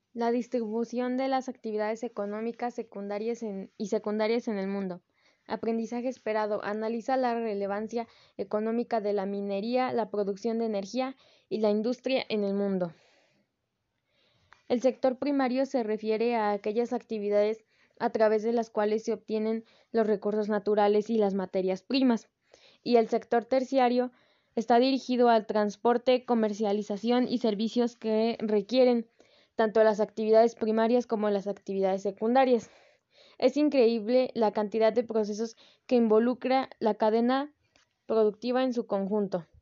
La distribución de las actividades económicas y secundarias en el mundo. Aprendizaje esperado. Analiza la relevancia económica de la minería, la producción de energía y la industria en el mundo. El sector primario se refiere a aquellas actividades a través de las cuales se obtienen los recursos naturales y las materias primas. Y el sector terciario está dirigido al transporte, comercialización y servicios que requieren tanto las actividades primarias como las actividades secundarias. Es increíble la cantidad de procesos que involucra la cadena productiva en su conjunto.